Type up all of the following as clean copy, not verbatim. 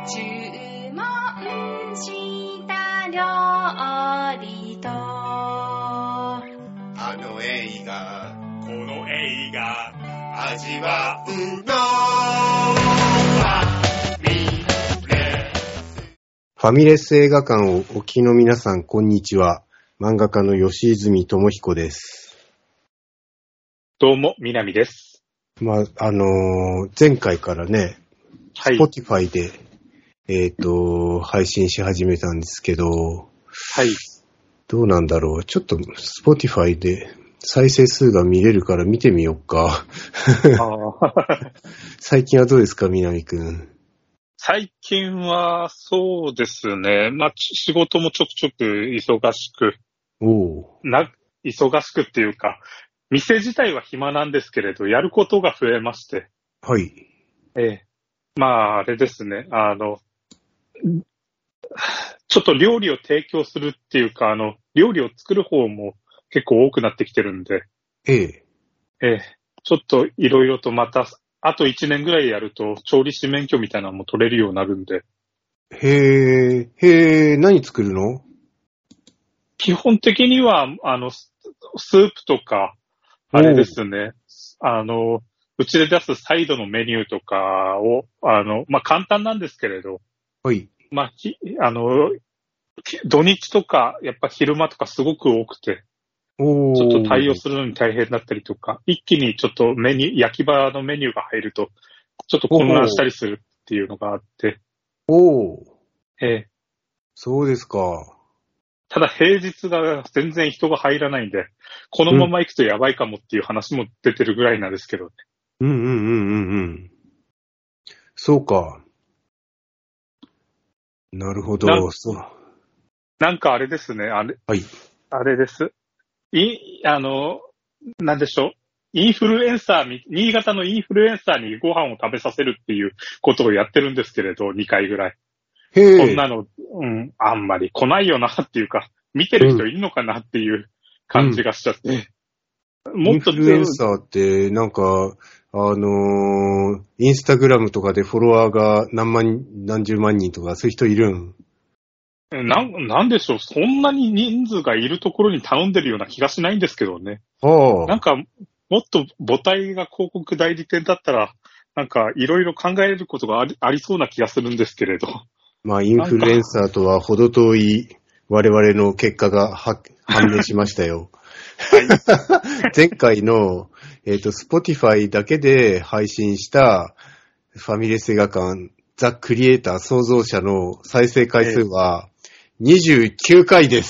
注文した料理とあの映画この映画味わうのファミレス映画館をお聞きの皆さん、こんにちは。漫画家の吉泉智彦です。 どうも、南です。 前回からね、 はい。 Spotify で、配信し始めたんですけど、 はい。 どうなんだろう。ちょっと Spotify で再生数が見れるから見てみようか。最近はどうですか、南くん。 最近は、そうですね。仕事もちょくちょく忙しく。忙しくっていうか、店自体は暇なんですけれど、やることが増えまして。 はい。 あれですね。ちょっと料理を提供するっていうか、料理を作る方も結構多くなってきてるんで。ちょっといろいろとまた、あと1年ぐらいやると、調理師免許みたいなのも取れるようになるんで。 何作るの？ 基本的には、スープとか、あれですね。うちで出すサイドのメニューとかを、簡単なんですけれど。 はい。 土日とか、やっぱ昼間とかすごく多くて。ちょっと対応するのに大変だったりとか、一気にちょっと焼き場のメニューが入ると、ちょっと混乱したりするっていうのがあって。 そうですか。 ただ平日が全然人が入らないんで、このまま行くとやばいかもっていう話も出てるぐらいなんですけどね。 そうか。なるほど。 なんかあれですね、 はい。 あれです。なんでしょう。新潟のインフルエンサーにご飯を食べさせるっていうことをやってるんですけれど、2回ぐらい。こんなの、あんまり来ないよなっていうか、見てる人いるのかなっていう感じがしちゃって。 インフルエンサーって、なんか、インスタグラムとかでフォロワーが何十万人とか、そういう人いるん？ なんでしょう、そんなに人数がいるところに頼んでるような気がしないんですけどね。なんか、もっと母体が広告代理店だったら、なんかいろいろ考えることがありそうな気がするんですけれど。 インフルエンサーとは程遠い我々の結果が判明しましたよ。はい、前回の、Spotify だけで配信したファミレス映画館ザ・クリエイター創造者の再生回数は29回です。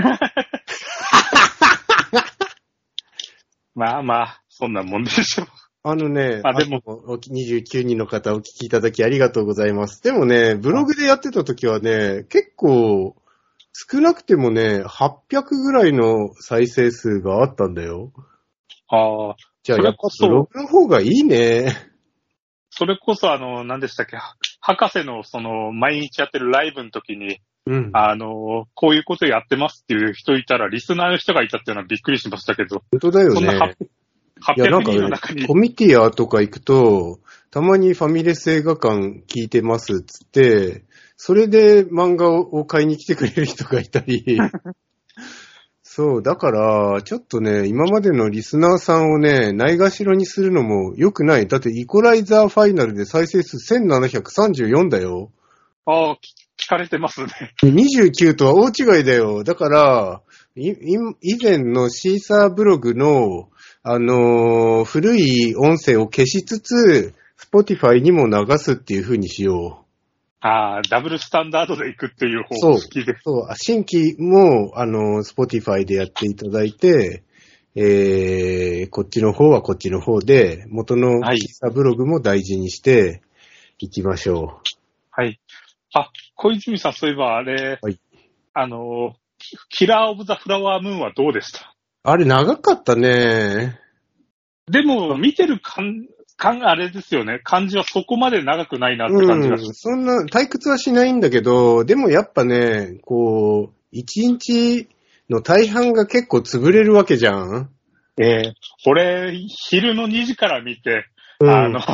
そんなもんでしょう。 でも29人の方お聞きいただきありがとうございます。でもね、ブログでやってた時はね、結構少なくてもね、800ぐらいの再生数があったんだよ。じゃあやっぱブログの方がいいね。 それこそ何でしたっけ、博士の毎日やってるライブの時に、こういうことやってますっていう人いたら、リスナーの人がいたっていうのはびっくりしましたけど。 本当だよね。 800人の中に。 コミティアとか行くと、たまにファミレス映画館聞いてますっつって、それで漫画を買いに来てくれる人がいたり。そう、だから、ちょっとね、今までのリスナーさんをね、ないがしろにするのも良くない。だって、イコライザーファイナルで再生数1734だよ。 聞かれてますね。 29とは大違いだよ。だから、以前のシーサーブログの、古い音声を消しつつ、Spotify にも流すっていう風にしよう。 ダブルスタンダードで行くっていう方式で。 そう、新規も、Spotify でやっていただいて、こっちの方はこっちの方で、元のシーサーブログも大事にしていきましょう。 はい。小泉さん、そういえばあれ、 はい、 キラーオブザフラワームーンはどうでした？ あれ長かったね。 でも、見てるあれですよね。感じはそこまで長くないなって感じがします。 そんな退屈はしないんだけど、でもやっぱね、一日の大半が結構潰れるわけじゃん。 俺、昼の2時から見て、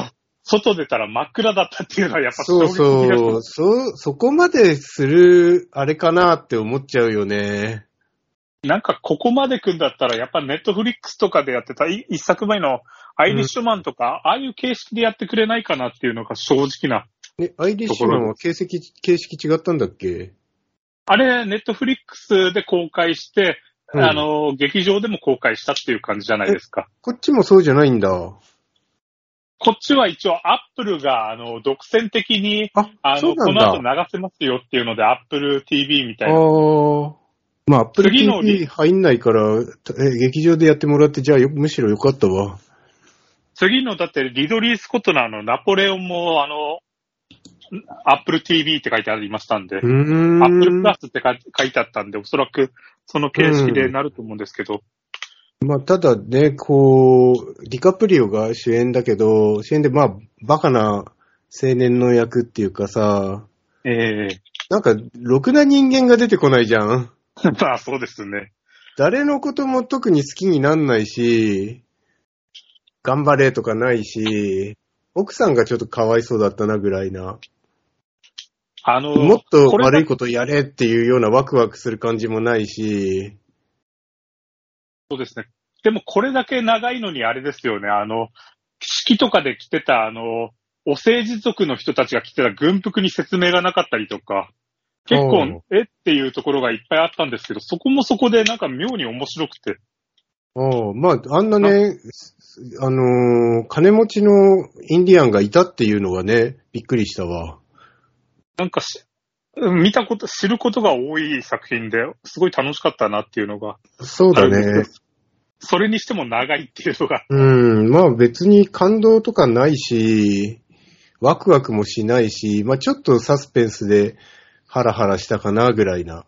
外出たら真っ暗だったっていうのはやっぱそう衝撃的だそう、そこまでする、あれかなって思っちゃうよね。 なんかここまで来んだったら、やっぱネットフリックスとかでやってた一作前のアイリッシュマンとか、ああいう形式でやってくれないかなっていうのが正直な。 アイリッシュマンは形式違ったんだっけ？ あれ、ネットフリックスで公開して、劇場でも公開したっていう感じじゃないですか。 こっちもそうじゃないんだ。 こっちは一応アップルが、独占的に、 そうなんだ。 この後流せますよっていうので、アップル TV みたいな。 まあ、アップル TV 入んないから、劇場でやってもらって、じゃあむしろよかったわ。 次の、だってリドリー・スコットのナポレオンも、アップル TV って書いてありましたんで、アップルプラスって書いてあったんで、おそらくその形式でなると思うんですけど。 まあ、ただね、こう、ディカプリオが主演だけど、主演でまあ、バカな青年の役っていうかさ、なんか、ろくな人間が出てこないじゃん。 まあ、そうですね。 誰のことも特に好きになんないし、頑張れとかないし、奥さんがちょっとかわいそうだったなぐらいな。もっと悪いことやれっていうようなワクワクする感じもないし。 そうですね。でもこれだけ長いのにあれですよね。式とかで来てたお政治族の人たちが来てた軍服に説明がなかったりとか、結構、っていうところがいっぱいあったんですけど、そこもそこでなんか妙に面白くて。 まあ、あんなね、金持ちのインディアンがいたっていうのがね、びっくりしたわ。 なんか知ることが多い作品で、すごい楽しかったなっていうのが。 そうだね。 それにしても長いっていうのが。 まあ別に感動とかないし、ワクワクもしないし、まあちょっとサスペンスでハラハラしたかなぐらいな。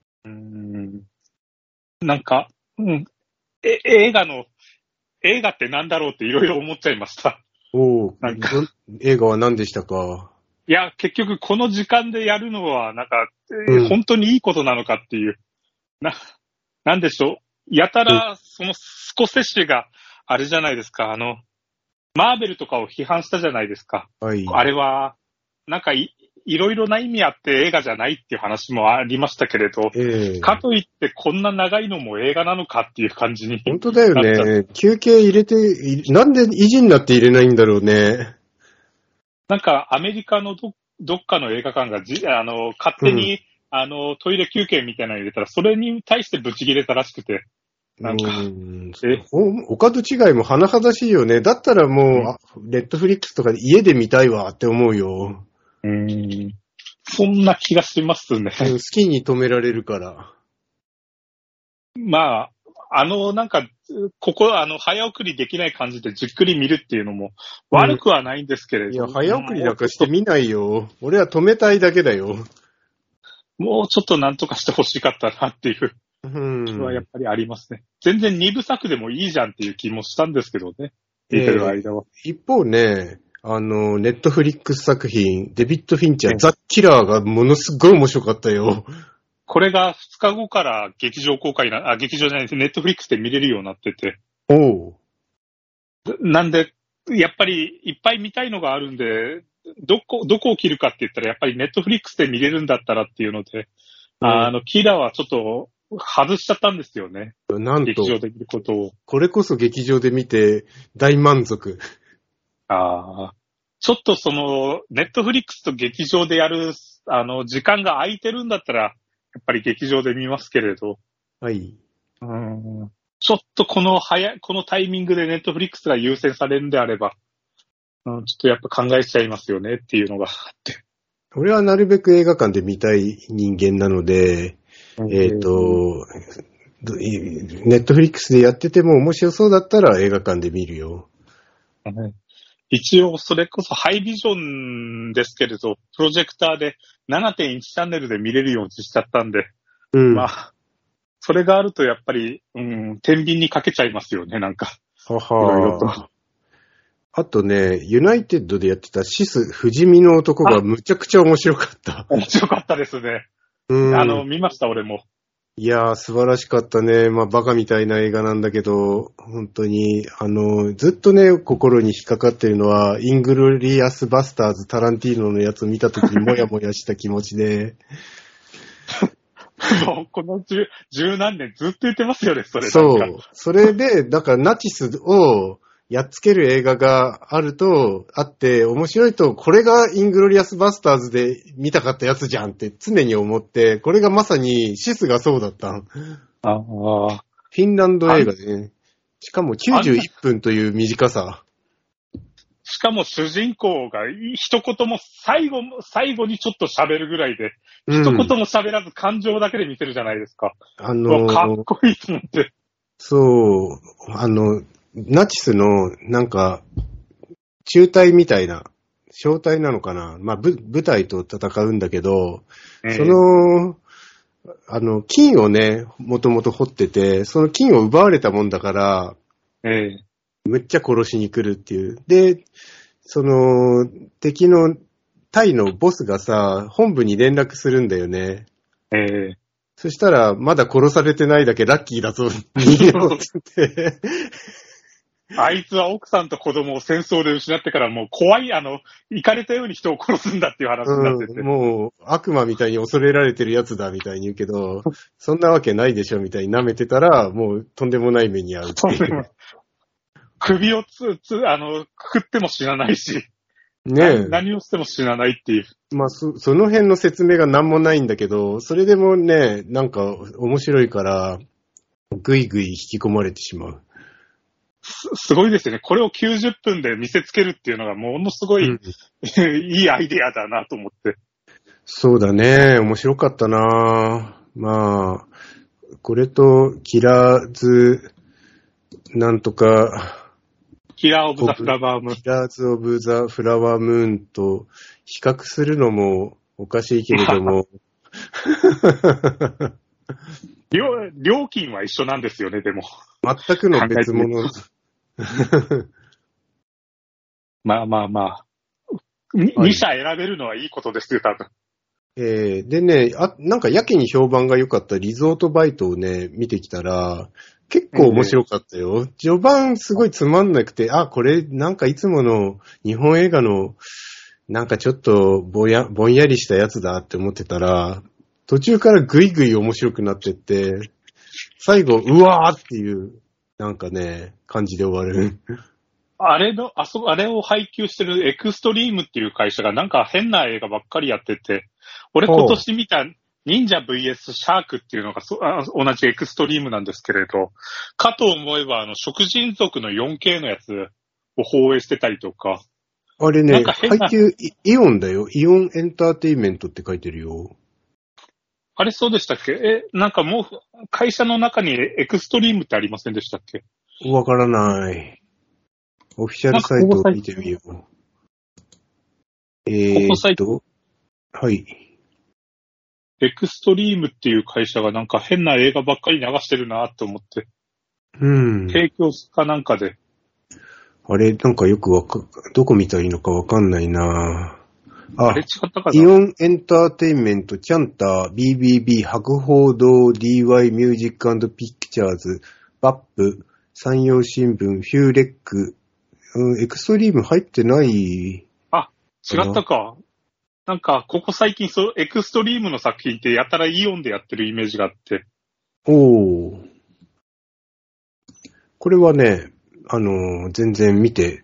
なんか、映画ってなんだろうっていろいろ思っちゃいました。 なんか映画は何でしたか？ いや、結局この時間でやるのは、なんか、本当にいいことなのかっていう。なんでしょう。やたら、そのスコセッシが、あれじゃないですか、マーベルとかを批判したじゃないですか。 はい。 あれは、なんかいろいろな意味あって映画じゃないっていう話もありましたけれど、かといってこんな長いのも映画なのかっていう感じに。 本当だよね。休憩入れて、なんで維持になって入れないんだろうね。 なんかアメリカのどっかの映画館が勝手に、トイレ休憩みたいなの入れたら、それに対してブチ切れたらしくて。なんか、 お門違いも甚だしいよね。だったらもう、ネットフリックスとかで家で見たいわって思うよ。 そんな気がしますね。 好きに止められるから。 まあ、なんか、早送りできない感じでじっくり見るっていうのも悪くはないんですけれど。 いや、早送りなんかして見ないよ。俺は止めたいだけだよ。 もうちょっとなんとかしてほしかったなっていう気はやっぱりありますね。全然2部作でもいいじゃんっていう気もしたんですけどね。見てる間は。 一方ね、ネットフリックス作品、デビッド・フィンチャー、ザ・キラーがものすごい面白かったよ。 これが2日後から劇場じゃないです。ネットフリックスで見れるようになってて。なんで、やっぱりいっぱい見たいのがあるんで、どこを切るかって言ったら、やっぱりネットフリックスで見れるんだったらっていうので、キラーはちょっと外しちゃったんですよね。 なんと。 劇場で見ることを。 これこそ劇場で見て大満足。 ちょっとネットフリックスと劇場でやる、時間が空いてるんだったら、やっぱり劇場で見ますけれど。 はい。 ちょっとこのタイミングでネットフリックスが優先されるんであれば、ちょっとやっぱ考えちゃいますよねっていうのがあって。 俺はなるべく映画館で見たい人間なので、ネットフリックスでやってても面白そうだったら映画館で見るよ。 一応それこそハイビジョンですけれど、プロジェクターで 7.1 チャンネルで見れるようにしちゃったんで、まあ、それがあるとやっぱり、天秤にかけちゃいますよね、なんか。いろいろと。 あとね、ユナイテッドでやってたシス・不死身の男がむちゃくちゃ面白かった。 面白かったですね。見ました、俺も。 いやー、素晴らしかったね。まあ、バカみたいな映画なんだけど、本当に、ずっとね、心に引っかかってるのは、イングロリアス・バスターズ・タランティーノのやつを見たときにもやもやした気持ちで。 もうこの十何年ずっと言ってますよね、それ。 そう。それで、だからナチスをやっつける映画があって、面白いと、これがイングロリアス・バスターズで見たかったやつじゃんって常に思って、これがまさにシスがそうだったん。 ああ。 フィンランド映画でね。しかも91分という短さ。 しかも主人公が一言も最後にちょっと喋るぐらいで、一言も喋らず感情だけで見てるじゃないですか。かっこいいと思って。 そう、ナチスのなんか、中隊みたいな、小隊なのかな、まあ、部隊と戦うんだけど、金をね、もともと掘ってて、その金を奪われたもんだから、むっちゃ殺しに来るっていう。で、敵のタイのボスがさ、本部に連絡するんだよね。そしたら、まだ殺されてないだけラッキーだぞ、逃げろって言って。 あいつは奥さんと子供を戦争で失ってからもう怖い、行かれたように人を殺すんだっていう話になってて。 もう悪魔みたいに恐れられてるやつだみたいに言うけど、そんなわけないでしょみたいに舐めてたら、もうとんでもない目に遭うっていう。 首をくくっても死なないし。 ねえ。 何をしても死なないっていう。 まあ、その辺の説明が何もないんだけど、それでもね、なんか面白いから、ぐいぐい引き込まれてしまう。 すごいですよね。これを90分で見せつけるっていうのがものすごい、いいアイデアだなと思って。 そうだね。面白かったな。まあ、これとキラーズ、なんとか、 キラー・オブ・ザ・フラワームーン。 キラーズ・オブ・ザ・フラワームーンと比較するのもおかしいけれども。 料金は一緒なんですよね、でも。 全くの別物。 まあ。2社選べるのはいいことですよ、多分。 でね、なんかやけに評判が良かったリゾートバイトをね、見てきたら、結構面白かったよ。序盤すごいつまんなくて、これなんかいつもの日本映画のなんかちょっとぼんやりしたやつだって思ってたら、途中からぐいぐい面白くなってって、最後、うわーっていう、なんかね、感じで終わる。 あれを配給してるエクストリームっていう会社がなんか変な映画ばっかりやってて、俺今年見た忍者 VS シャークっていうのが同じエクストリームなんですけれど、かと思えば食人族の 4K のやつを放映してたりとか。 あれね、配給イオンだよ。イオンエンターテインメントって書いてるよ。 あれそうでしたっけ？なんかもう会社の中にエクストリームってありませんでしたっけ？ わからない。オフィシャルサイトを見てみよう。はい。 エクストリームっていう会社がなんか変な映画ばっかり流してるなと思って。提供かなんかで。 あれ、なんかよくどこ見たらいいのかわかんないな。 あれ違ったかな？ イオンエンターテインメント、キャンター、BBB、博報堂、DY ミュージック&ピクチャーズ、バップ、山陽新聞、ヒューレック、エクストリーム入ってない。 違ったか。なんか、ここ最近エクストリームの作品ってやたらイオンでやってるイメージがあって。 これはね、全然見て、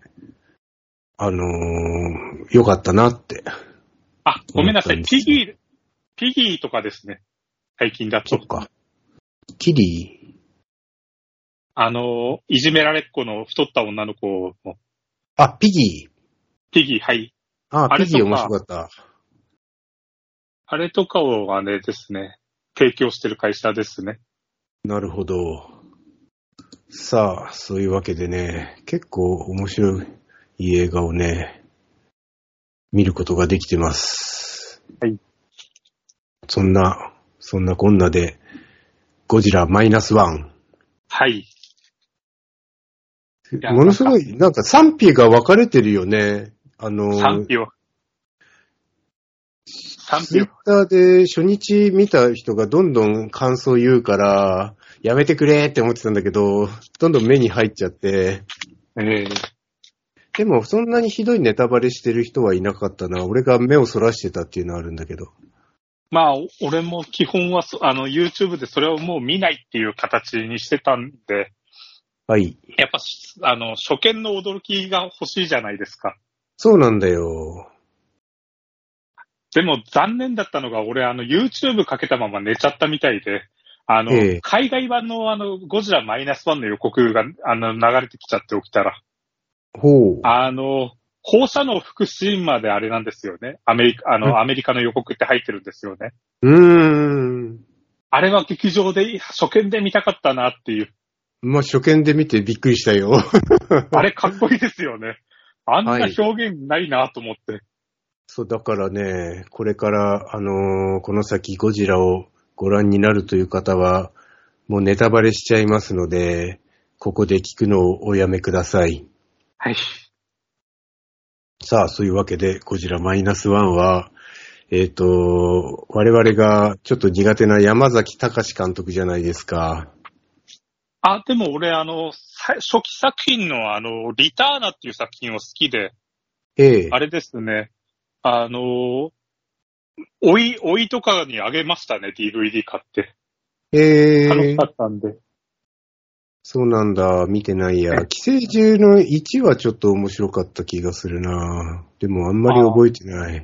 よかったなって。 ごめんなさい。ピギーとかですね。最近だと。 そっか。キリー？いじめられっ子の太った女の子の。 ピギー。 ピギー、はい。 ピギー面白かった。 あれとかをですね、提供してる会社ですね。 なるほど。さあ、そういうわけでね、結構面白い映画をね、見ることができてます。 はい。 そんなこんなで、ゴジラ-1。 はい。 ものすごい、なんか賛否が分かれてるよね。 賛ツイッターで初日見た人がどんどん感想言うから、やめてくれって思ってたんだけど、どんどん目に入っちゃって。でもそんなにひどいネタバレしてる人はいなかったな。俺が目をそらしてたっていうのはあるんだけど。 まあ、俺も基本は、YouTube でそれをもう見ないっていう形にしてたんで、 はい。 やっぱ、初見の驚きが欲しいじゃないですか。 そうなんだよ。 でも残念だったのが、俺YouTube かけたまま寝ちゃったみたいで、海外版のゴジラマイナス1の予告が、流れてきちゃって起きたら。 ほう。 放射能吹くシーンまであれなんですよね。アメリカの予告って入ってるんですよね。あれは劇場で、初見で見たかったなっていう。 まあ、初見で見てびっくりしたよ。 あれかっこいいですよね。あんな表現ないなと思って。 そう、だからね、これから、この先ゴジラをご覧になるという方は、もうネタバレしちゃいますので、ここで聞くのをおやめください。 はい。 さあ、そういうわけで、ゴジラマイナス1は、我々がちょっと苦手な山崎隆監督じゃないですか。 でも俺初期作品のリターナっていう作品を好きで、あれですね、おいとかにあげましたね、DVD 買って。楽しかったんで。 そうなんだ、見てないや。寄生獣の1はちょっと面白かった気がするな。でもあんまり覚えてない。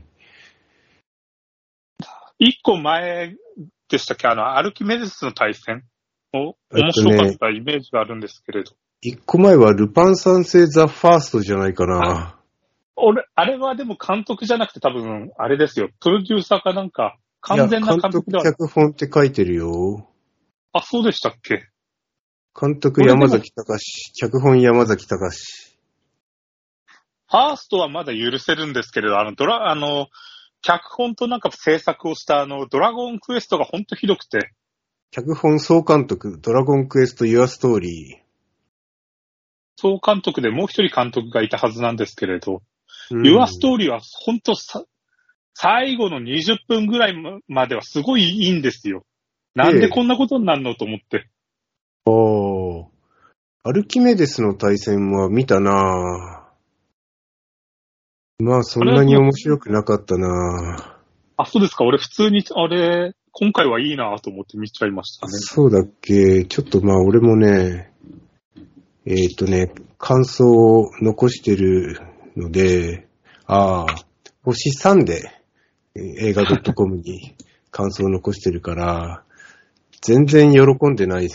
一個前でしたっけ、アルキメデスの対戦面白かったイメージがあるんですけれど。 一個前はルパン三世ザ・ファーストじゃないかな。 あれはでも監督じゃなくて多分、あれですよ。プロデューサーかなんか、完全な監督ではない。 監督脚本って書いてるよ。 そうでしたっけ？ 監督山崎隆、脚本山崎隆。 ファーストはまだ許せるんですけれど、脚本となんか制作をしたドラゴンクエストがほんとひどくて。 脚本総監督、ドラゴンクエストユアストーリー。 総監督でもう一人監督がいたはずなんですけれど、ユアストーリーはほんと最後の20分ぐらいまではすごいいいんですよ。なんでこんなことになるのと思って。 アルキメデスの対戦は見たなぁ。まあそんなに面白くなかったなぁ。 そうですか。俺普通に、今回はいいなぁと思って見ちゃいましたね。 そうだっけ。ちょっとまあ俺もね、感想を残してるので、星3で映画 .com に感想を残してるから、全然喜んでないです。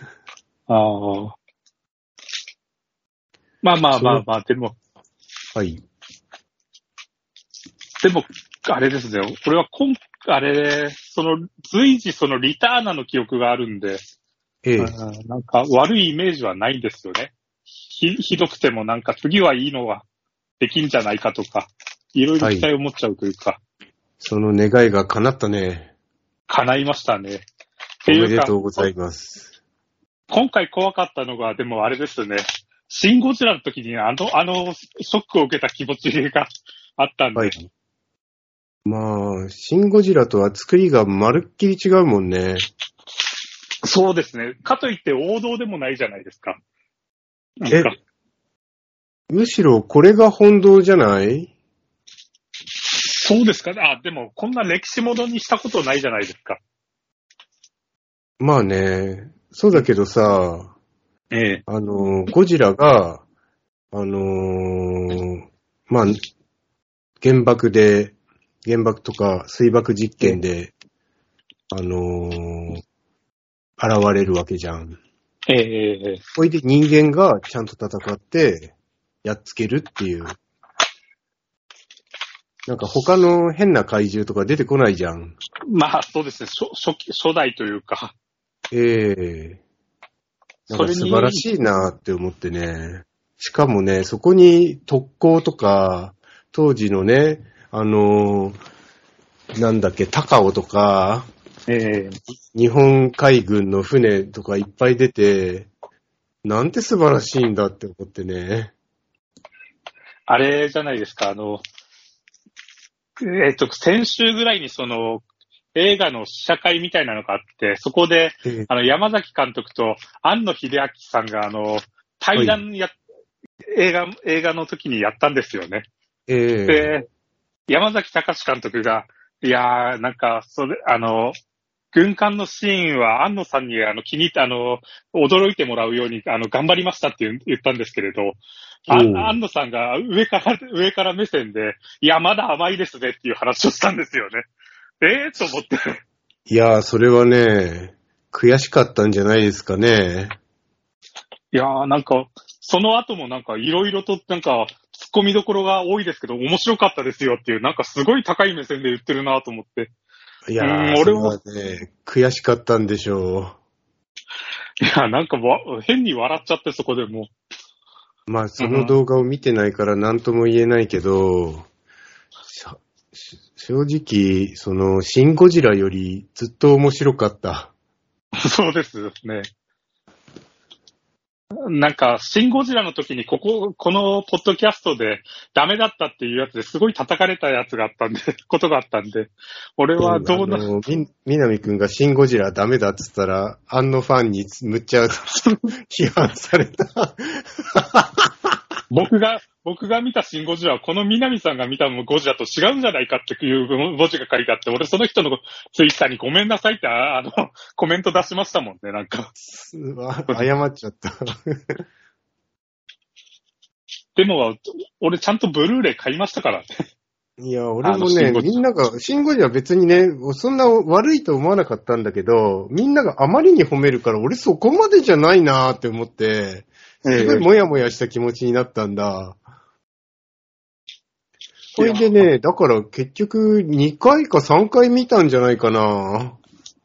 まあ、でも。 はい。 でも、あれですね。俺は随時そのリターナの記憶があるんで、なんか悪いイメージはないんですよね。ひどくてもなんか次はいいのができんじゃないかとか、いろいろ期待を持っちゃうというか。はい、 その願いが叶ったね。 叶いましたね。 おめでとうございます。 今回怖かったのが、でもあれですね。シン・ゴジラの時にショックを受けた気持ちがあったんで。はい、 まあ、シン・ゴジラとは作りがまるっきり違うもんね。 そうですね。かといって王道でもないじゃないですか。 むしろこれが本道じゃない？ そうですかね。でもこんな歴史ものにしたことないじゃないですか。 まあね、そうだけどさ、ゴジラが、まあ、原爆とか水爆実験で、現れるわけじゃん。それで人間がちゃんと戦って、やっつけるっていう。なんか他の変な怪獣とか出てこないじゃん。 まあそうですね。初代というか。 なんか素晴らしいなって思ってね。しかもね、そこに特攻とか、当時のね、なんだっけ、高尾とか、日本海軍の船とかいっぱい出て、なんて素晴らしいんだって思ってね。 あれじゃないですか、 先週ぐらいに映画の試写会みたいなのがあって、そこで、山崎監督と庵野秀明さんが、対談映画の時にやったんですよね。で、山崎隆監督が、いやー、なんか、軍艦のシーンは庵野さんに気に入って、驚いてもらうように、頑張りましたって言ったんですけれど、庵野さんが上から目線で、いや、まだ甘いですねっていう話をしたんですよね。と思って。 いやー、それはね、悔しかったんじゃないですかね。 いやー、なんか、その後もなんか、いろいろとなんか、突っ込みどころが多いですけど、面白かったですよっていう、なんかすごい高い目線で言ってるなと思って。 いやー、俺はね、悔しかったんでしょう。いや、なんか変に笑っちゃって、そこでもう。まあ、その動画を見てないから何とも言えないけど、正直、シン・ゴジラよりずっと面白かった。 そうですね。なんか、シン・ゴジラの時にこのポッドキャストでダメだったっていうやつですごい叩かれたやつがあったんで、ことがあったんで、俺はどうな南くんがシン・ゴジラダメだっつったら、ファンにむっちゃ批判された。 僕が見たシン・ゴジラはこの南さんが見たゴジラと違うんじゃないかっていう文字が書いてあって、俺その人のツイッターにごめんなさいってコメント出しましたもんね、なんか。 謝っちゃった。 でも、俺ちゃんとブルーレイ買いましたからね。 いや、俺もね、みんなが、シン・ゴジラ別にね、そんな悪いと思わなかったんだけど、みんながあまりに褒めるから、俺そこまでじゃないなーって思って、すごいもやもやした気持ちになったんだ。それでね、だから結局2回か3回見たんじゃないかな。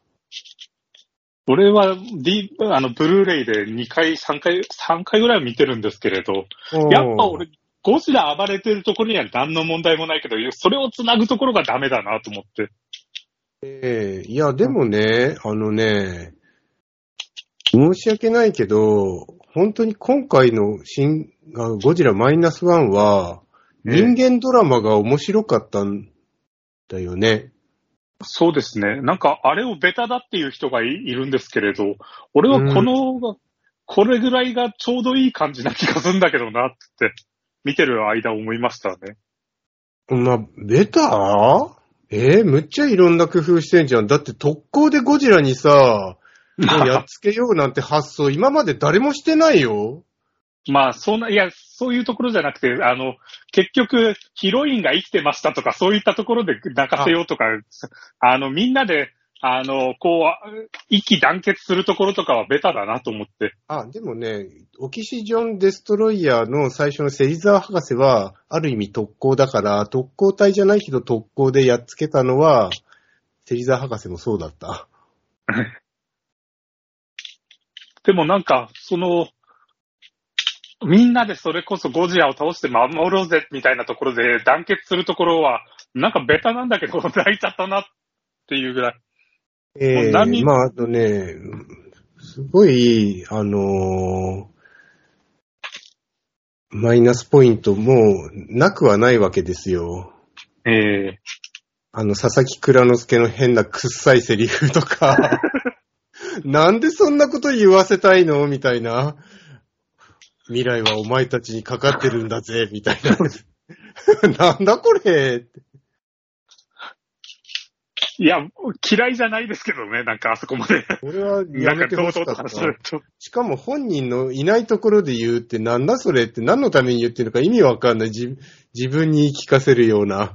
俺は、ブルーレイで2回、3回ぐらい見てるんですけれど、やっぱ俺、ゴジラ暴れてるところには何の問題もないけど、それを繋ぐところがダメだなと思って。 いや、でもね、申し訳ないけど、本当に今回のゴジラマイナス1は、人間ドラマが面白かったんだよね。 そうですね。なんか、あれをベタだっていう人がいるんですけれど、俺はこれぐらいがちょうどいい感じな気がするんだけどなって、見てる間思いましたね。 まあ、ベタ？むっちゃいろんな工夫してんじゃん。だって特攻でゴジラにさ、やっつけようなんて発想、今まで誰もしてないよ。 まあ、そういうところじゃなくて、結局、ヒロインが生きてましたとか、そういったところで泣かせようとか、みんなで、一気団結するところとかはベタだなと思って。 でもね、オキシジョンデストロイヤーの最初の芹沢博士は、ある意味特攻だから、特攻隊じゃないけど特攻でやっつけたのは、芹沢博士もそうだった。 でもなんか、みんなでそれこそゴジラを倒して守ろうぜみたいなところで団結するところは、なんかベタなんだけど、泣いちゃったなっていうぐらい。 まあ、すごい、マイナスポイントもなくはないわけですよ。佐々木蔵之介の変な臭いセリフとか、なんでそんなこと言わせたいのみたいな。未来はお前たちにかかってるんだぜ、みたいな。なんだこれ。 いや、嫌いじゃないですけどね、なんかあそこまで。 俺はやめてほしかった。しかも本人のいないところで言うってなんだそれって何のために言ってるのか意味わかんない。自分に言い聞かせるような。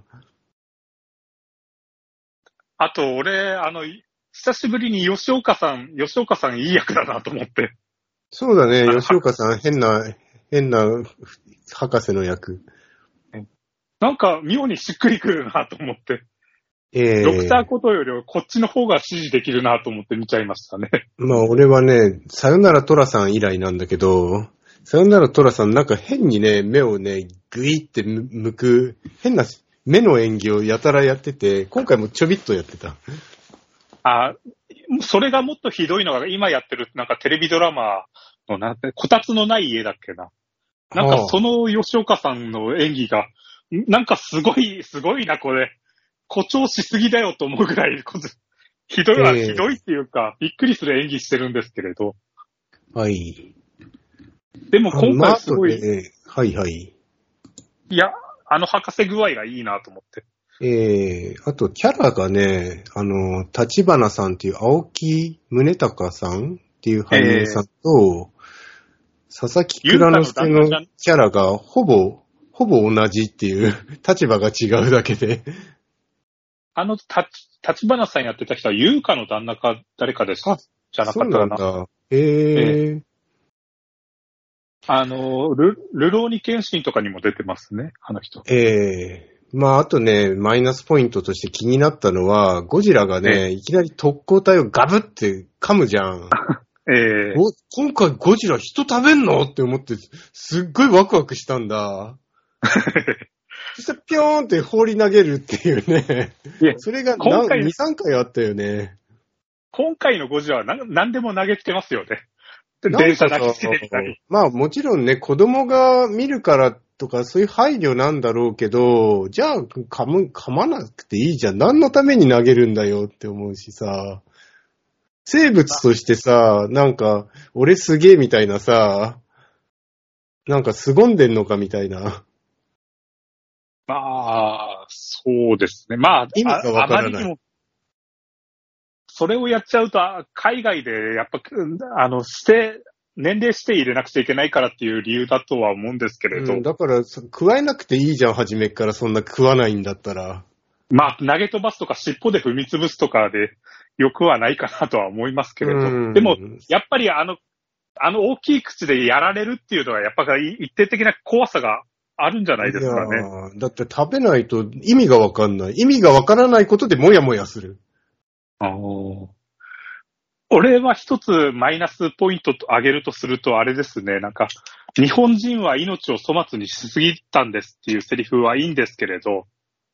あと、俺、久しぶりに吉岡さんいい役だなと思って。 そうだね、吉岡さん変な博士の役。 なんか妙にしっくりくるなと思って。ドクターことよりこっちの方が支持できるなと思って見ちゃいましたね。 まあ俺はね、さよならトラさん以来なんだけど、さよならトラさんなんか変にね、目をね、グイって向く、変な目の演技をやたらやってて、今回もちょびっとやってた。 それがもっとひどいのが今やってるなんかテレビドラマのこたつのない家だっけな。なんかその吉岡さんの演技が、なんかすごいなこれ。 誇張しすぎだよと思うぐらい、ひどい、ひどいっていうか、びっくりする演技してるんですけれど。 はい。 でも今回すごい、 はいはい。 いや、博士具合がいいなと思って。 あと、キャラがね、立花さんっていう青木宗隆さんっていう俳優さんと、佐々木蔵之介のキャラがほぼ同じっていう立場が違うだけで。 立花さんやってた人は優香の旦那か誰かですじゃなかったかな。 そうなんだ。 ルローニケンシンとかにも出てますね、あの人。 まあ、あとね、マイナスポイントとして気になったのは、ゴジラがね、いきなり特攻隊をガブって噛むじゃん。今回ゴジラ人食べんのって思って、すっごいワクワクしたんだ。そしてピョーンって放り投げるっていうね。それが2、3回あったよね。 今回のゴジラは何でも投げつけますよね。電車投げつけてみたり。 まあもちろんね、子供が見るからとかそういう配慮なんだろうけど、じゃあ噛まなくていいじゃん。何のために投げるんだよって思うしさ。生物としてさ、なんか、俺すげえみたいなさ、なんか凄んでんのかみたいな。 まあ、そうですね。まあ、 意味がわからない。 あまりにも、それをやっちゃうと、海外でやっぱ、年齢して入れなくちゃいけないからっていう理由だとは思うんですけれど。 だから、食えなくていいじゃん、初めからそんな食わないんだったら。 まあ、投げ飛ばすとか尻尾で踏み潰すとかで、よくはないかなとは思いますけれど。でも、やっぱり大きい口でやられるっていうのは、やっぱり一定的な怖さがあるんじゃないですかね。 だって食べないと意味がわかんない。意味がわからないことでもやもやする。 俺は一つマイナスポイントと挙げるとすると、あれですね、なんか、日本人は命を粗末にしすぎたんですっていうセリフはいいんですけれど、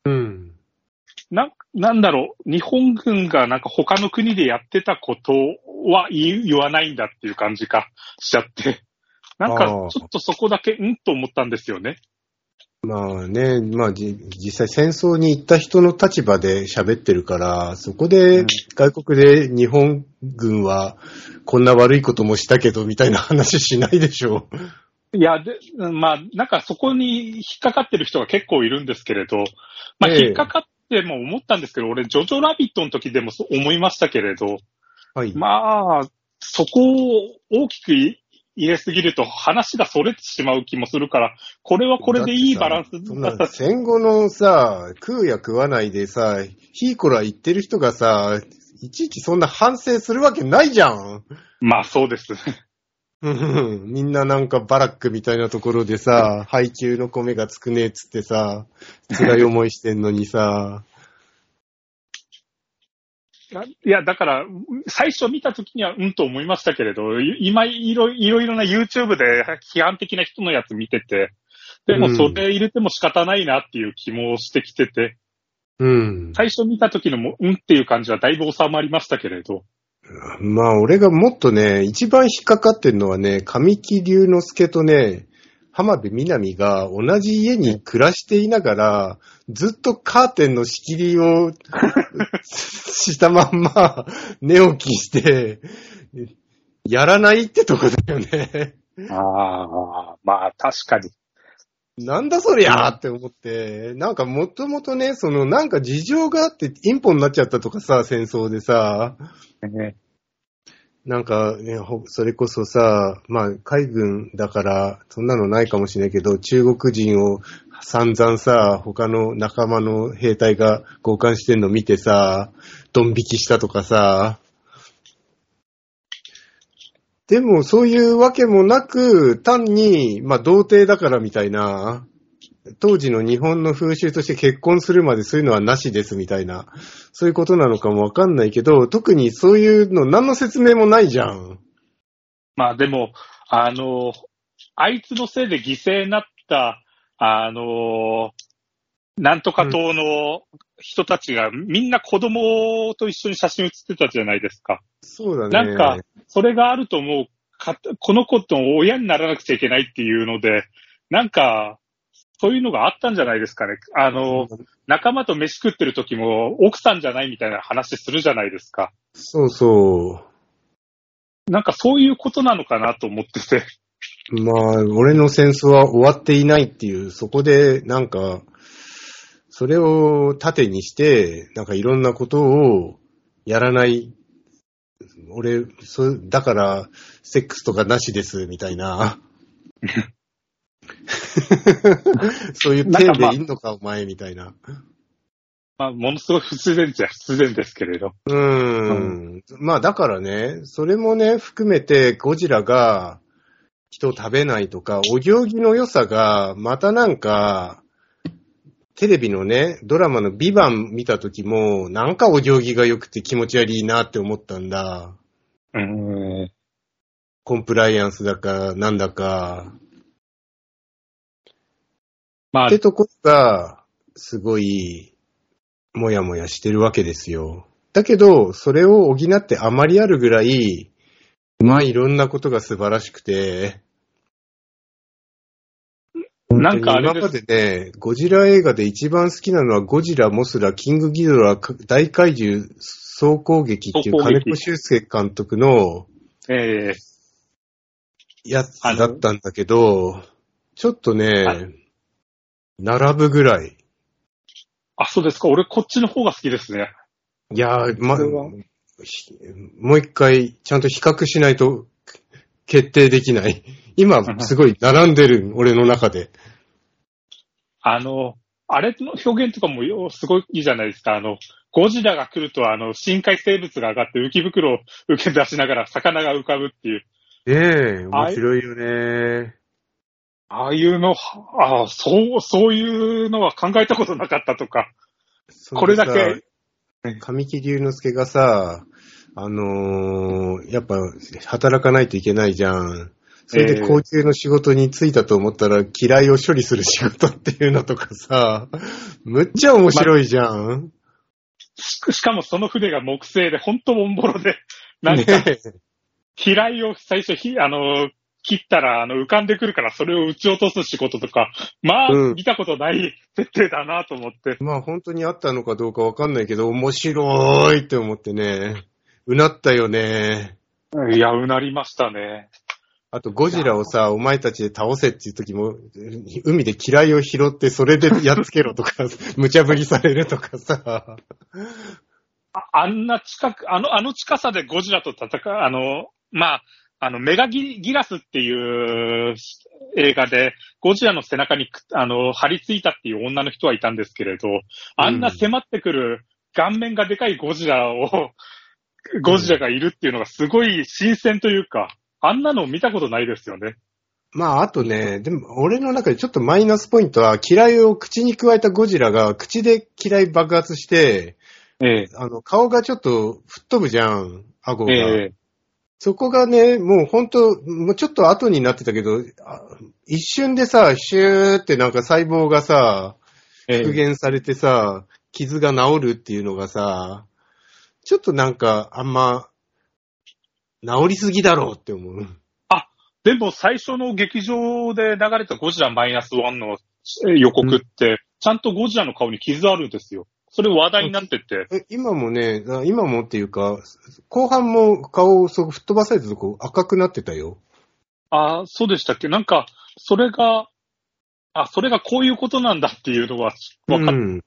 なんだろう、日本軍がなんか他の国でやってたことは言わないんだっていう感じがしちゃって、なんかちょっとそこだけと思ったんですよね。 まあね、まあ実際戦争に行った人の立場で喋ってるから、そこで外国で日本軍はこんな悪いこともしたけどみたいな話しないでしょう。 いや、まあなんかそこに引っかかってる人が結構いるんですけれど、まあ引っかかっても思ったんですけど、俺ジョジョラビットの時でもそう思いましたけれど、 はい、 まあそこを大きく入れすぎると話がそれてしまう気もするから、これはこれでいいバランスだった。 戦後のさ、食うや食わないでさ、ヒーコラ言ってる人がさ、いちいちそんな反省するわけないじゃん。 まあそうです。 みんななんかバラックみたいなところでさ、配給の米がつくねえっつってさ、辛い思いしてんのにさ。 いや、だから、最初見たときにはと思いましたけれど、今いろいろな YouTube で批判的な人のやつ見てて、でもそれ入れても仕方ないなっていう気もしてきてて、最初見たときのっていう感じはだいぶ収まりましたけれど。 まあ俺がもっとね、一番引っかかってるのはね、神木隆之介とね、浜辺美波が同じ家に暮らしていながら、ずっとカーテンの仕切りをしたまんま寝起きして、やらないってとこだよね。 まあ確かに。 なんだそりゃーって思って、なんかもともとね、なんか事情があってインポになっちゃったとかさ、戦争でさ、なんかね、それこそさ、まあ海軍だからそんなのないかもしれないけど、中国人を散々さ、他の仲間の兵隊が強姦してんの見てさ、ドン引きしたとかさ、でもそういうわけもなく、単に、まあ童貞だからみたいな、当時の日本の風習として結婚するまでそういうのはなしですみたいな、そういうことなのかもわかんないけど、特にそういうの何の説明もないじゃん。 まあでも、あいつのせいで犠牲になった、なんとか党の人たちがみんな子供と一緒に写真写ってたじゃないですか。 そうだね。 なんか、それがあるともう、この子と親にならなくちゃいけないっていうので、なんか、 そういうのがあったんじゃないですかね。仲間と飯食ってる時も奥さんじゃないみたいな話するじゃないですか。 そうそう。 なんかそういうことなのかなと思ってて。 まあ、俺の戦争は終わっていないっていう、そこでなんか、それを盾にして、なんかいろんなことをやらない。俺、だから、セックスとかなしです、みたいな。そういう体でいいのか、お前、みたいな。 まあ、ものすごい不自然っちゃ不自然ですけれど。 まあ、だからね、それもね、含めて、ゴジラが人を食べないとか、お行儀の良さが、またなんか、テレビのね、ドラマのビバン見たときも、なんかお行儀が良くて気持ち悪いなって思ったんだ。コンプライアンスだか、なんだか。まあ。ってとこが、すごい、もやもやしてるわけですよ。だけど、それを補ってあまりあるぐらい、まあいろんなことが素晴らしくて、なんか今までね、ゴジラ映画で一番好きなのはゴジラ、モスラ、キングギドラ、大怪獣総攻撃っていう金子修介監督のやつだったんだけど、ちょっとね、並ぶぐらい。 あ、そうですか。俺こっちの方が好きですね。 いやー、もう一回ちゃんと比較しないと決定できない。今、すごい並んでる、俺の中で。あれの表現とかもすごいいいじゃないですか。ゴジラが来ると、深海生物が上がって浮き袋を受け出しながら魚が浮かぶっていう。 面白いよね。 ああいうの、そういうのは考えたことなかったとか。これだけ。 神木隆之介がさ、やっぱ働かないといけないじゃん。それで高級の仕事に就いたと思ったら、嫌いを処理する仕事っていうのとかさ、むっちゃ面白いじゃん。 しかもその船が木製で、ほんとボンボロで、なんか、機雷を最初切ったら浮かんでくるからそれを撃ち落とす仕事とか、まあ、見たことない設定だなと思って。 まあ本当にあったのかどうかわかんないけど、面白いって思ってね。うなったよね。 いや、うなりましたね。 あと、ゴジラをさ、お前たちで倒せっていう時も、海で機雷を拾って、それでやっつけろとか、無茶ぶりされるとかさ。 あんな近く、あの近さでゴジラと戦う、メガギラスっていう映画で、ゴジラの背中に、張り付いたっていう女の人はいたんですけれど、あんな迫ってくる顔面がでかいゴジラがいるっていうのがすごい新鮮というか、あんなの見たことないですよね。 まあ、あとね、でも、俺の中でちょっとマイナスポイントは、機雷を口に加えたゴジラが、口で機雷爆発して、顔がちょっと吹っ飛ぶじゃん、顎が。そこがね、もうほんと、もうちょっと後になってたけど、一瞬でさ、シューってなんか細胞がさ、復元されてさ、傷が治るっていうのがさ、ちょっとなんか、あんま、治りすぎだろうって思う。 でも最初の劇場で流れたゴジラマイナス1の予告って、ちゃんとゴジラの顔に傷あるんですよ。それ話題になってて。 今もっていうか、後半も顔を吹っ飛ばされたとこ赤くなってたよ。 ああ、そうでしたっけ？なんか、それがこういうことなんだっていうのは分かって、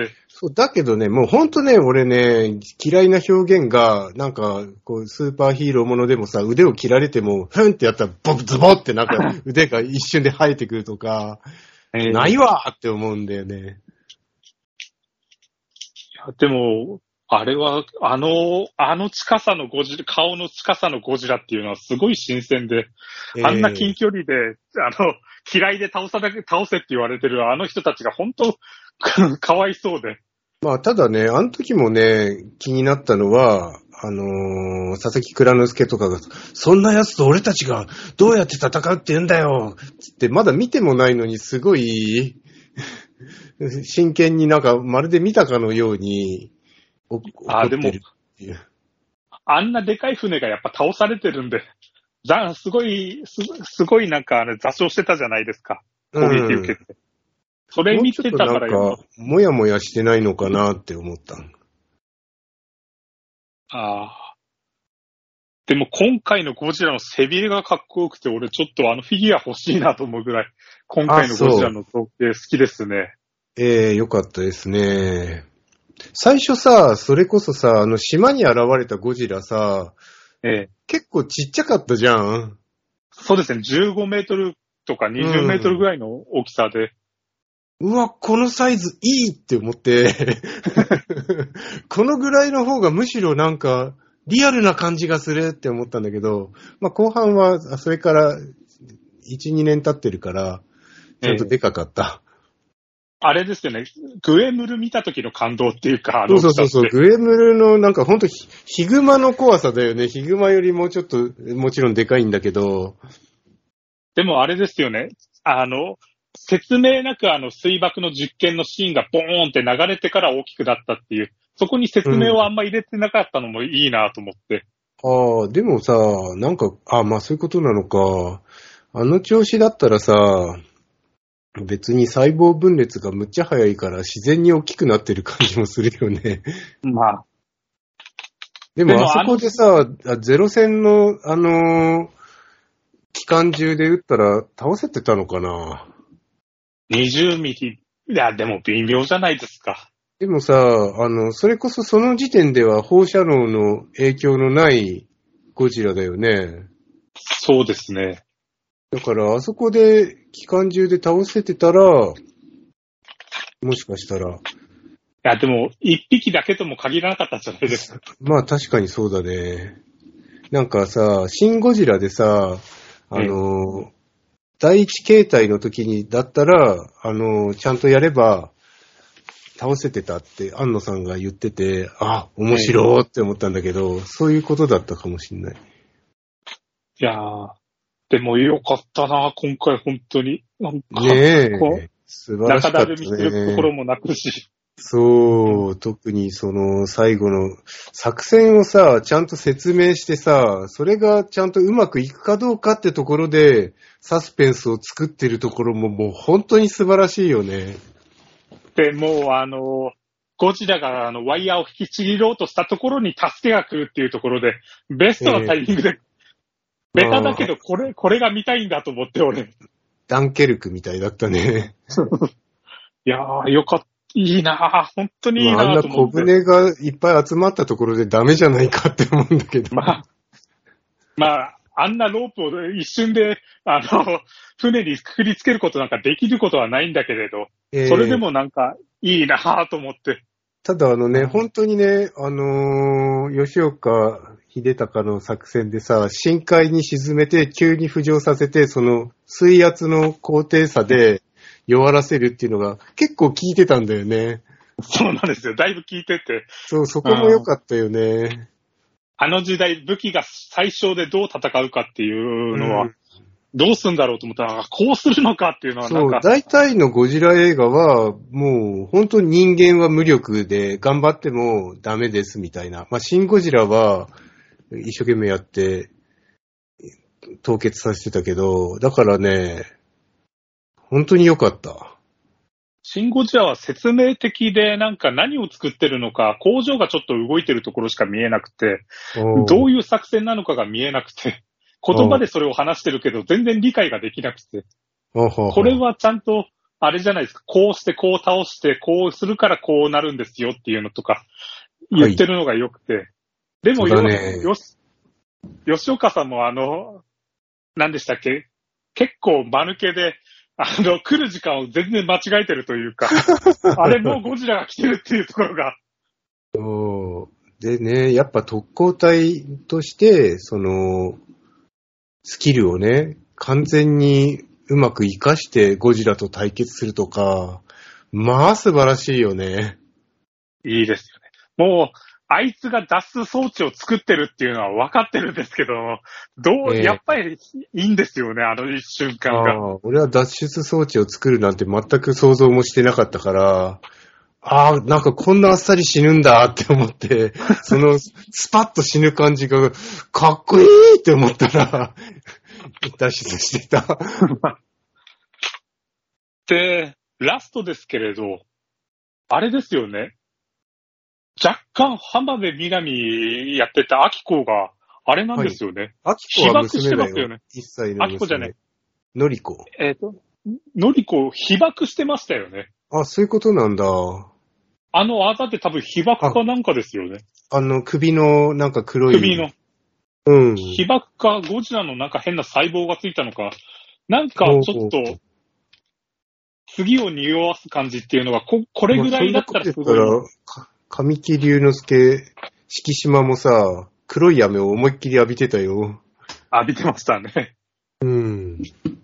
そう、だけどね、もうほんとね、俺ね、嫌いな表現が、なんか、こう、スーパーヒーローものでもさ、腕を切られても、ふんってやったら、ズボってなんか、腕が一瞬で生えてくるとか、ないわーって思うんだよね。 いや、でも、あれは、近さのゴジラ、顔の近さのゴジラっていうのはすごい新鮮で、あんな近距離で、嫌いで倒せって言われてるあの人たちが本当、かわいそうで。 まあ、ただね、あの時もね、気になったのは、佐々木蔵之介とかが、そんな奴と俺たちがどうやって戦うって言うんだよつって、まだ見てもないのにすごい、真剣になんか、まるで見たかのように怒ってるっていう。 あんなでかい船がやっぱ倒されてるんで、すごいなんか座礁してたじゃないですか。攻撃受けて。 それ見てたからなんか、もやもやしてないのかなって思った。 ああ。でも今回のゴジラの背びれがかっこよくて、俺ちょっとフィギュア欲しいなと思うぐらい、今回のゴジラの造形好きですね。 よかったですね。最初さ、それこそさ、島に現れたゴジラさ、結構ちっちゃかったじゃん。 そうですね、15メートルとか20メートルぐらいの大きさで。 うわ、このサイズいいって思って、このぐらいの方がむしろなんか、リアルな感じがするって思ったんだけど、まあ後半は、それから1、2年経ってるから、ちゃんとでかかった。 あれですよね、グエムル見た時の感動っていうか、 そう、グエムルのなんかほんとヒグマの怖さだよね。ヒグマよりもうちょっと、もちろんでかいんだけど。 でもあれですよね、説明なく水爆の実験のシーンがボーンって流れてから大きくなったっていう、そこに説明をあんま入れてなかったのもいいなと思って。 ああ、でもさ、なんか、まあそういうことなのか。調子だったらさ、別に細胞分裂がむっちゃ早いから自然に大きくなってる感じもするよね。 まあ。 でもあそこでさ、ゼロ戦の機関銃で撃ったら倒せてたのかな ？20ミリ。いや、でも微妙じゃないですか。 でもさ、それこそその時点では放射能の影響のないゴジラだよね。 そうですね。 だからあそこで機関銃で倒せてたら、もしかしたら。いや、でも一匹だけとも限らなかったじゃないですか。 まあ確かにそうだね。なんかさ、シン・ゴジラでさ、第一形態の時にだったら、ちゃんとやれば、倒せてたって安野さんが言ってて、面白いって思ったんだけど、そういうことだったかもしんない。 いやー、でもよかったな、今回本当に。なんかねえ、素晴らしかったね。 中だるみしてるところもなくし。 そう、特にその最後の作戦をさ、ちゃんと説明してさ、それがちゃんとうまくいくかどうかってところで、サスペンスを作ってるところももう本当に素晴らしいよね。 で、もうゴジラがワイヤーを引きちぎろうとしたところに助けが来るっていうところで、ベストなタイミングで、ベタだけどこれが見たいんだと思って俺。 ダンケルクみたいだったね。 いやー、よかった。いいなぁ。本当にいいなぁと思って。 あんな小舟がいっぱい集まったところでダメじゃないかって思うんだけど。 まあ、あんなロープを一瞬で、船にくくりつけることなんかできることはないんだけれど、それでもなんかいいなぁと思って。 ただ本当にね、吉岡秀隆の作戦でさ、深海に沈めて急に浮上させて、その水圧の高低差で弱らせるっていうのが結構効いてたんだよね。 そうなんですよ。だいぶ効いてて。 そう、そこも良かったよね。 あの時代武器が最小でどう戦うかっていうのは、どうすんだろうと思ったら、こうするのかっていうのはなんか。 そう、大体のゴジラ映画は、もう本当に人間は無力で頑張ってもダメですみたいな。まあ、シン・ゴジラは一生懸命やって凍結させてたけど、だからね、本当に良かった。 シン・ゴジラは説明的でなんか何を作ってるのか、工場がちょっと動いてるところしか見えなくて、どういう作戦なのかが見えなくて、言葉でそれを話してるけど全然理解ができなくて、これはちゃんとあれじゃないですか、こうしてこう倒してこうするからこうなるんですよっていうのとか言ってるのが良くて、でも吉岡さんも何でしたっけ、結構間抜けで、来る時間を全然間違えてるというか、あれもうゴジラが来てるっていうところが。 でね、やっぱ特攻隊として、その、スキルをね、完全にうまく活かしてゴジラと対決するとか、まあ素晴らしいよね。 いいですよね。もう、あいつが脱出装置を作ってるっていうのは分かってるんですけど、やっぱりいいんですよね、あの一瞬間が。 俺は脱出装置を作るなんて全く想像もしてなかったから、なんかこんなあっさり死ぬんだって思って、そのスパッと死ぬ感じがかっこいいって思ったら、脱出してた。 で、 ラストですけれど、あれですよね。若干浜辺美波やってたアキコが、あれなんですよね。 アキコは娘だ被爆してますよよ。 ね。 1歳の娘。 アキコじゃない。 のりこ。 のりこ被爆してましたよね。 あ、そういうことなんだ。 あのあざって多分被爆かなんかですよね。 首のなんか黒い。 首の。 うん。 被爆かゴジラのなんか変な細胞がついたのか。なんかちょっと、次を匂わす感じっていうのが、これぐらいだったらすごい。 神木隆之介、敷島もさ、黒い雨を思いっきり浴びてたよ。 浴びてましたね。 うん。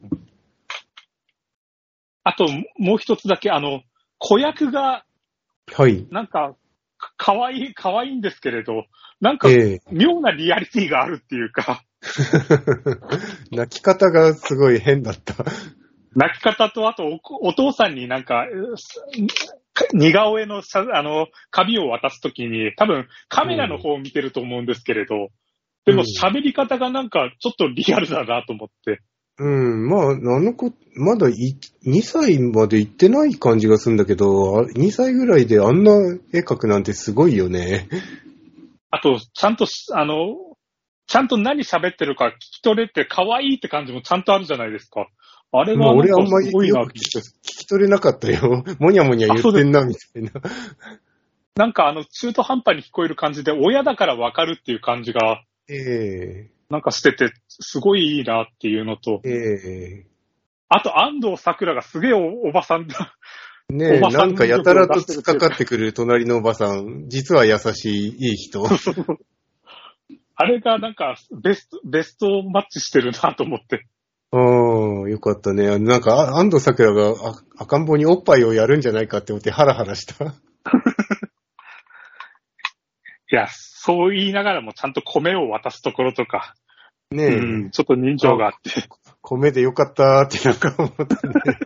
あと、もう一つだけ、子役が、 はい。 なんか、かわいいんですけれど、なんか、妙なリアリティがあるっていうか。 泣き方がすごい変だった。 泣き方と、あとお父さんになんか、似顔絵の紙を渡すときに、多分カメラの方を見てると思うんですけれど、でも喋り方がなんかちょっとリアルだなと思って。 うん、まあ、まだ2歳まで行ってない感じがするんだけど、2歳ぐらいであんな絵描くなんてすごいよね。 あと、ちゃんと何喋ってるか聞き取れて可愛いって感じもちゃんとあるじゃないですか。あれはなんかすごいなって。 聞き取れなかったよ。もにゃもにゃ言ってんな、みたいな。 なんか中途半端に聞こえる感じで、親だからわかるっていう感じが、なんかしてて、すごいいいなっていうのと、あと安藤サクラがすげえおばさんだ。 ねえ、なんかやたらと突っかかってくる隣のおばさん、実は優しい、いい人。 あれがなんかベストマッチしてるなと思って。 ああ、よかったね。なんか、安藤サクラが赤ん坊におっぱいをやるんじゃないかって思ってハラハラした。 いや、そう言いながらもちゃんと米を渡すところとか、 ねえ、 ちょっと人情があって。 米でよかったってなんか思ったね。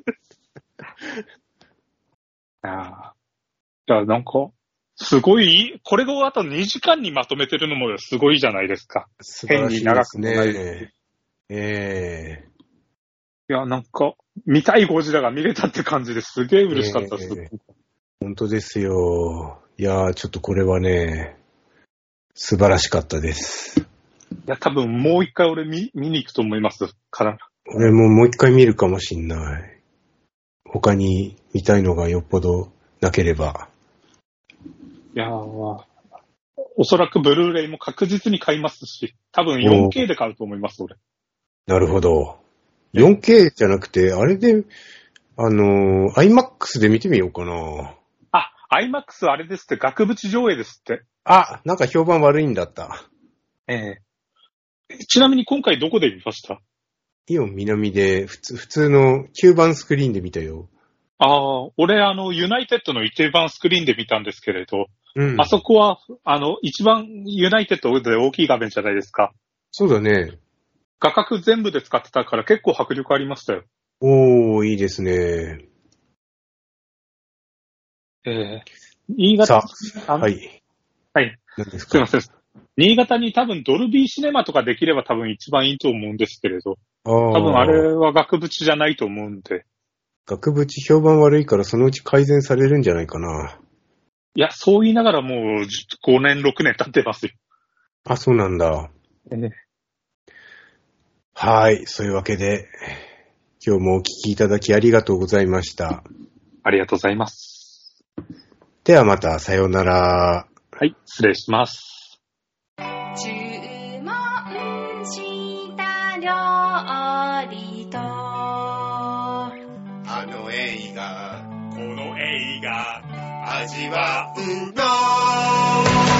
いや、なんか、すごい、これをあと2時間にまとめてるのもすごいじゃないですか。 素晴らしいですね。 変に長くもない。いや、なんか、見たいゴジラが見れたって感じですげえ嬉しかったです。 本当ですよ。いや、ちょっとこれはね、素晴らしかったです。 いや、多分もう一回俺見に行くと思いますから。 俺ももう一回見るかもしんない。他に見たいのがよっぽどなければ。 いやー、おそらくブルーレイも確実に買いますし、多分 4K で買うと思います、俺。 なるほど。4K じゃなくて、あれで、IMAX で見てみようかな。 あ、IMAX あれですって、額縁上映ですって。 あ、なんか評判悪いんだった。 ちなみに今回どこで見ました？ イオン南で、普通の9番スクリーンで見たよ。 俺ユナイテッドの1番スクリーンで見たんですけれど、あそこは、一番ユナイテッドで大きい画面じゃないですか。 そうだね。 画角全部で使ってたから結構迫力ありましたよ。 おー、いいですね。 新潟、 はい。 はい。 何ですか？ すいません。新潟に多分ドルビーシネマとかできれば多分一番いいと思うんですけれど、多分あれは額縁じゃないと思うんで。 額縁評判悪いからそのうち改善されるんじゃないかな。 いや、そう言いながらもう5年、6年経ってますよ。 あ、そうなんだ。はい、そういうわけで、今日もお聞きいただきありがとうございました。 ありがとうございます。 ではまた、さようなら。 はい、失礼します。 注文した料理とあの映画この映画味わうの